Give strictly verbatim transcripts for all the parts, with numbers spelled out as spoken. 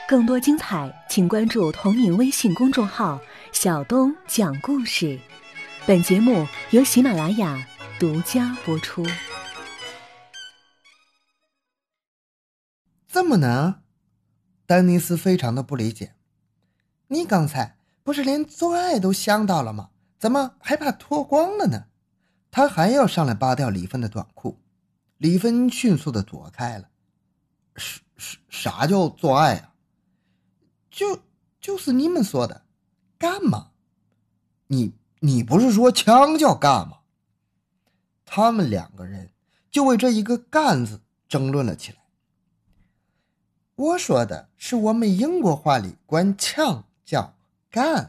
更多精彩，请关注同名微信公众号“小东讲故事”。本节目由喜马拉雅独家播出。 这么难？丹尼斯非常的不理解。你刚才不是连做爱都想到了吗？怎么还怕脱光了呢？他还要上来扒掉李芬的短裤。李芬迅速的躲开了。是是啥叫做爱啊？就就是你们说的干嘛？你你不是说枪叫干吗？他们两个人就为这一个干字争论了起来。我说的是我们英国话里管枪叫干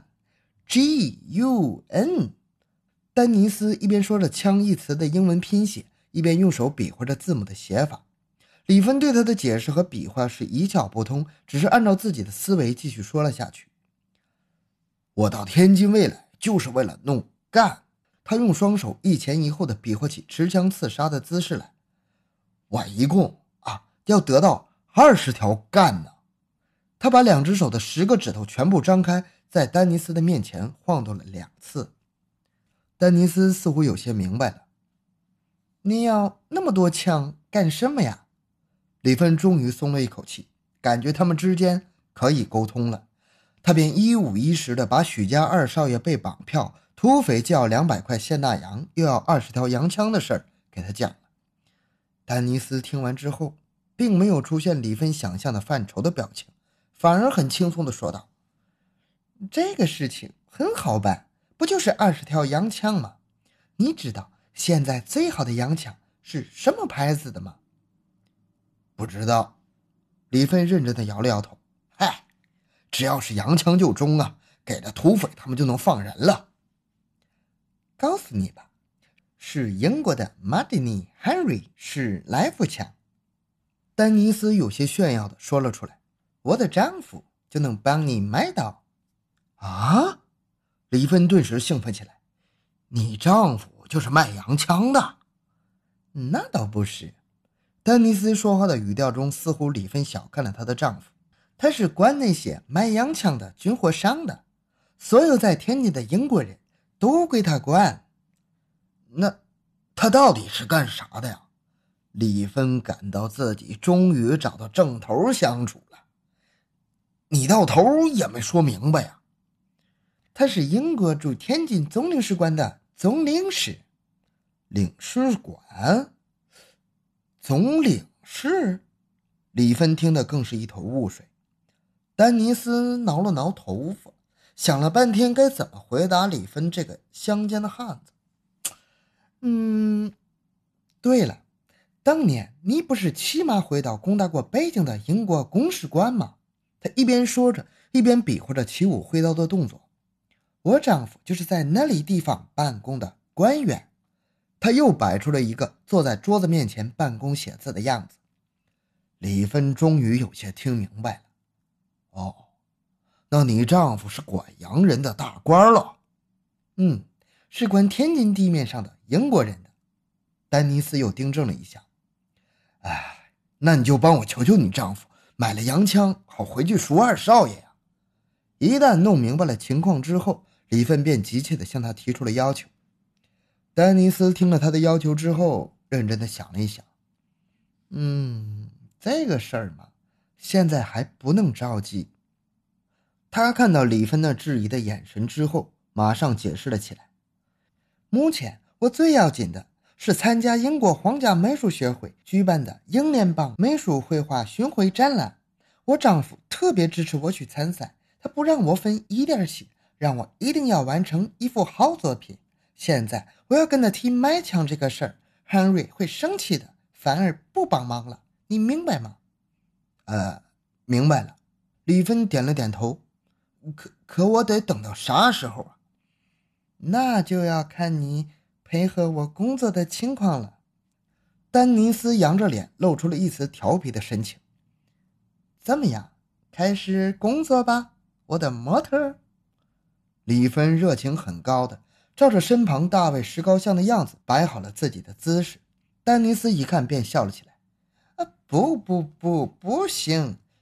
G U N。 丹尼斯一边说着枪一词的英文拼写，一边用手比划着字母的写法。李芬对他的解释和比划是一窍不通，只是按照自己的思维继续说了下去。我到天津卫来就是为了弄干。他用双手一前一后的比划起持枪刺杀的姿势来。我一共啊要得到二十条干呢。他把两只手的十个指头全部张开，在丹尼斯的面前晃动了两次。丹尼斯似乎有些明白了。你要那么多枪干什么呀？李芬终于松了一口气，感觉他们之间可以沟通了。他便一五一十的把许家二少爷被绑票，土匪就要两百块现大洋，又要二十条洋枪的事儿给他讲了。丹尼斯听完之后，并没有出现李芬想象的犯愁的表情，反而很轻松的说道：这个事情很好办，不就是二十条洋枪吗？你知道现在最好的洋枪是什么牌子的吗？不知道。李芬认真的摇了摇头。嗨，只要是洋枪就中啊，给了土匪他们就能放人了。告诉你吧，是英国的马蒂尼 Henry 是来福枪。丹尼斯有些炫耀的说了出来。我的丈夫就能帮你买到。啊？李芬顿时兴奋起来。你丈夫就是卖洋枪的？那倒不是。丹尼斯说话的语调中，似乎李芬小看了她的丈夫。他是管那些卖洋枪的军火商的，所有在天津的英国人都归他管。那他到底是干啥的呀？李芬感到自己终于找到正头相处了。你到头也没说明白呀。他是英国驻天津总领事馆的总领事。领事馆？总领事？李芬听得更是一头雾水。丹尼斯挠了挠头发，想了半天该怎么回答李芬这个乡间的汉子。嗯，对了，当年你不是骑马回到攻打过北京的英国公使馆吗？他一边说着，一边比划着起舞挥刀的动作。我丈夫就是在那里地方办公的官员。他又摆出了一个坐在桌子面前办公写字的样子。李芬终于有些听明白了。哦，那你丈夫是管洋人的大官了？嗯，是管天津地面上的英国人的。丹尼斯又订正了一下。哎，那你就帮我求求你丈夫，买了洋枪好回去赎二少爷呀。一旦弄明白了情况之后，李芬便急切地向他提出了要求。丹尼斯听了他的要求之后，认真地想了一想。嗯，这个事儿嘛，现在还不能着急。他看到李芬那质疑的眼神之后，马上解释了起来。目前我最要紧的是参加英国皇家美术学会举办的英联邦美术绘画巡回展览。我丈夫特别支持我去参赛，他不让我分一点心，让我一定要完成一幅好作品。现在我要跟他提买枪这个事儿，汉瑞会生气的，反而不帮忙了，你明白吗？呃，明白了。李芬点了点头。可可我得等到啥时候啊？那就要看你配合我工作的情况了。丹尼斯扬着脸，露出了一丝调皮的神情。怎么样，开始工作吧，我的模特。李芬热情很高的照着身旁大卫石膏像的样子摆好了自己的姿势。丹尼斯一看便笑了起来。啊，不不不不行，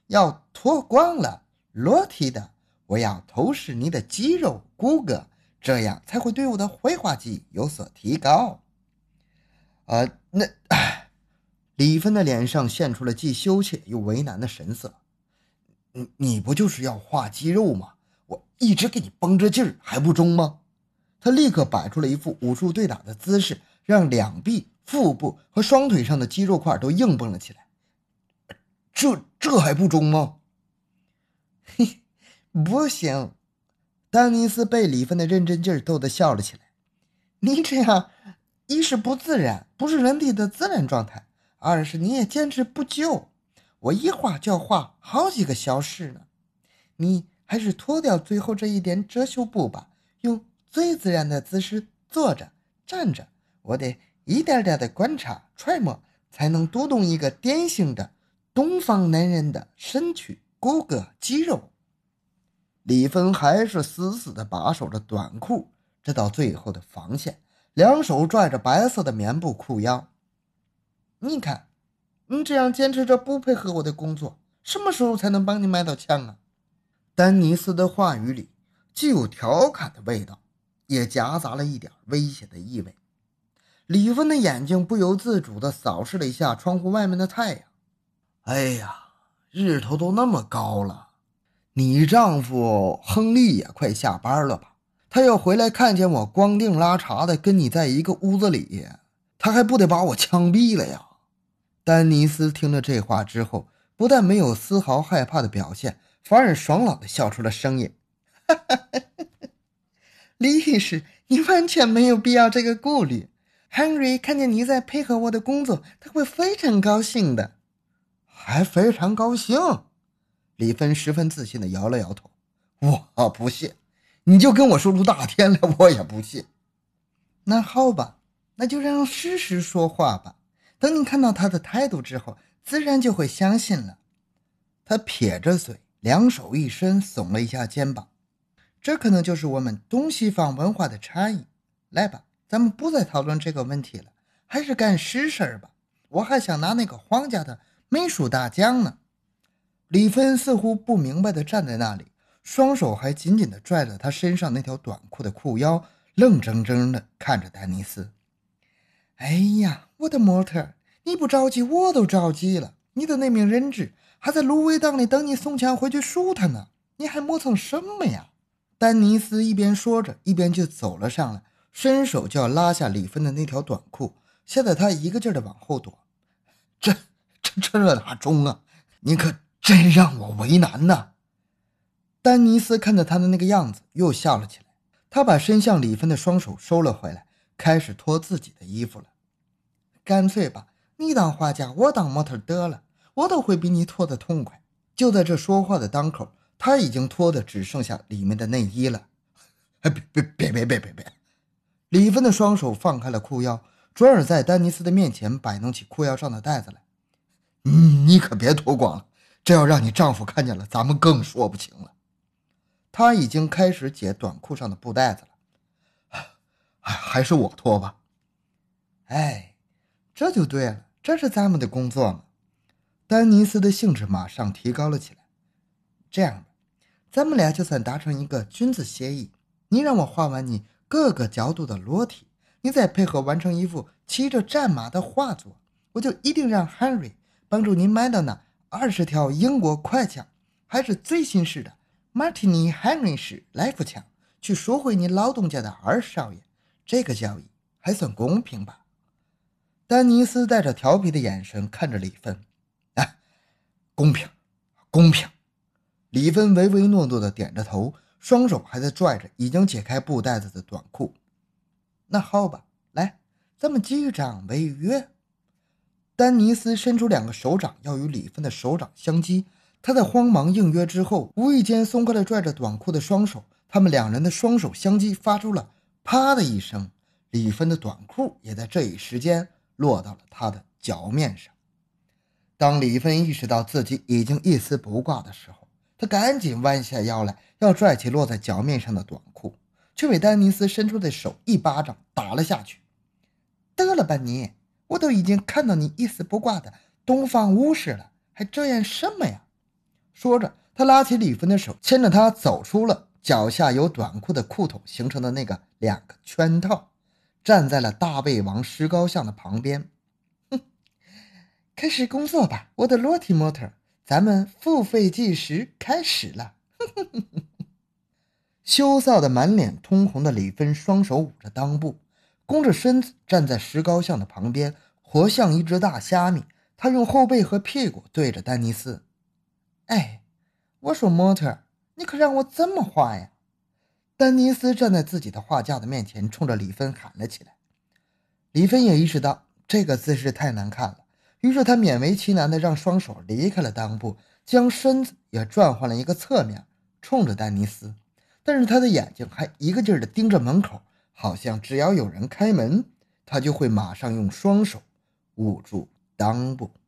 要脱光了，裸体的，我要偷视你的肌肉骨骼，这样才会对我的绘画技有所提高。呃，那唉，李芬的脸上现出了既羞怯又为难的神色。你你不就是要画肌肉吗？我一直给你绷着劲儿还不中吗？他立刻摆出了一副武术对打的姿势，让两臂、腹部和双腿上的肌肉块都硬绷了起来。这这还不中吗？嘿，不行。丹尼斯被李芬的认真劲儿逗得笑了起来。你这样一是不自然，不是人体的自然状态，二是你也坚持不久，我一画就要画好几个小时呢。你还是脱掉最后这一点遮羞布吧，用最自然的姿势坐着站着，我得一点点的观察揣摩，才能读懂一个典型的东方男人的身躯骨骼肌肉。李芬还是死死地把守着短裤这道最后的防线，两手拽着白色的棉布裤腰。你看，你这样坚持着不配合我的工作，什么时候才能帮你买到枪啊？丹尼斯的话语里既有调侃的味道，也夹杂了一点威胁的意味。李芬的眼睛不由自主地扫视了一下窗户外面的太阳。哎呀，日头都那么高了，你丈夫亨利也快下班了吧？他要回来看见我光腚拉碴的跟你在一个屋子里，他还不得把我枪毙了呀？丹尼斯听了这话之后，不但没有丝毫害怕的表现，反而爽朗地笑出了声音。李医师，你完全没有必要这个顾虑。Henry 看见你在配合我的工作，他会非常高兴的。还非常高兴？李芬十分自信地摇了摇头。我不信，你就跟我说出大天来，我也不信。那好吧，那就让事实说话吧。等你看到他的态度之后，自然就会相信了。他撇着嘴，两手一伸，耸了一下肩膀。这可能就是我们东西方文化的差异。来吧，咱们不再讨论这个问题了，还是干实事吧。我还想拿那个皇家的美术大奖呢。李芬似乎不明白地站在那里，双手还紧紧地拽着他身上那条短裤的裤腰，愣怔怔地看着丹尼斯。哎呀，我的模特，你不着急我都着急了。你的那名人质还在芦苇荡里等你送枪回去赎他呢，你还磨蹭什么呀？丹尼斯一边说着，一边就走了上来，伸手就要拉下李芬的那条短裤，吓得他一个劲儿地往后躲。这这这哪中啊？你可真让我为难呐！丹尼斯看着他的那个样子，又笑了起来。他把伸向李芬的双手收了回来，开始脱自己的衣服了。干脆吧，你当画家，我当模特得了，我都会比你脱得痛快。就在这说话的当口，他已经脱得只剩下里面的内衣了。别别别别别别别！李芬的双手放开了裤腰，转而在丹尼斯的面前摆弄起裤腰上的带子来。嗯，你可别脱光了，这要让你丈夫看见了，咱们更说不清了。他已经开始解短裤上的布带子了。还还是我脱吧。哎，这就对了，这是咱们的工作嘛。丹尼斯的兴致马上提高了起来。这样吧，咱们俩就算达成一个君子协议，你让我画完你各个角度的裸体，你再配合完成一幅骑着战马的画作，我就一定让 Henry 帮助您买到那二十条英国快枪，还是最新式的马提尼 Henry 式来福枪，去赎回你老东家的二少爷。这个交易还算公平吧？丹尼斯带着调皮的眼神看着李芬。哎，公平，公平。李芬唯唯诺诺地点着头，双手还在拽着已经解开布带子的短裤。那好吧，来，咱们击掌为约。丹尼斯伸出两个手掌要与李芬的手掌相击，他在慌忙应约之后，无意间松开了拽着短裤的双手，他们两人的双手相击，发出了啪的一声，李芬的短裤也在这一时间落到了他的脚面上。当李芬意识到自己已经一丝不挂的时候，他赶紧弯下腰来，要拽起落在脚面上的短裤，却被丹尼斯伸出的手一巴掌打了下去。得了吧你，我都已经看到你一丝不挂的东方武士了，还这样什么呀？ 说着，他拉起李芬的手，牵着她走出了脚下由短裤的裤筒形成的那个两个圈套，站在了大胃王石膏像的旁边。哼，开始工作吧，我的裸体模特，咱们付费计时开始了。羞臊的满脸通红的李芬双手捂着裆部，弓着身子站在石膏像的旁边，活像一只大虾米。他用后背和屁股对着丹尼斯。哎，我说模特，你可让我怎么画呀？丹尼斯站在自己的画架的面前，冲着李芬喊了起来。李芬也意识到这个姿势太难看了，于是他勉为其难地让双手离开了裆部，将身子也转换了一个侧面，冲着丹尼斯。但是他的眼睛还一个劲儿地盯着门口，好像只要有人开门，他就会马上用双手捂住裆部。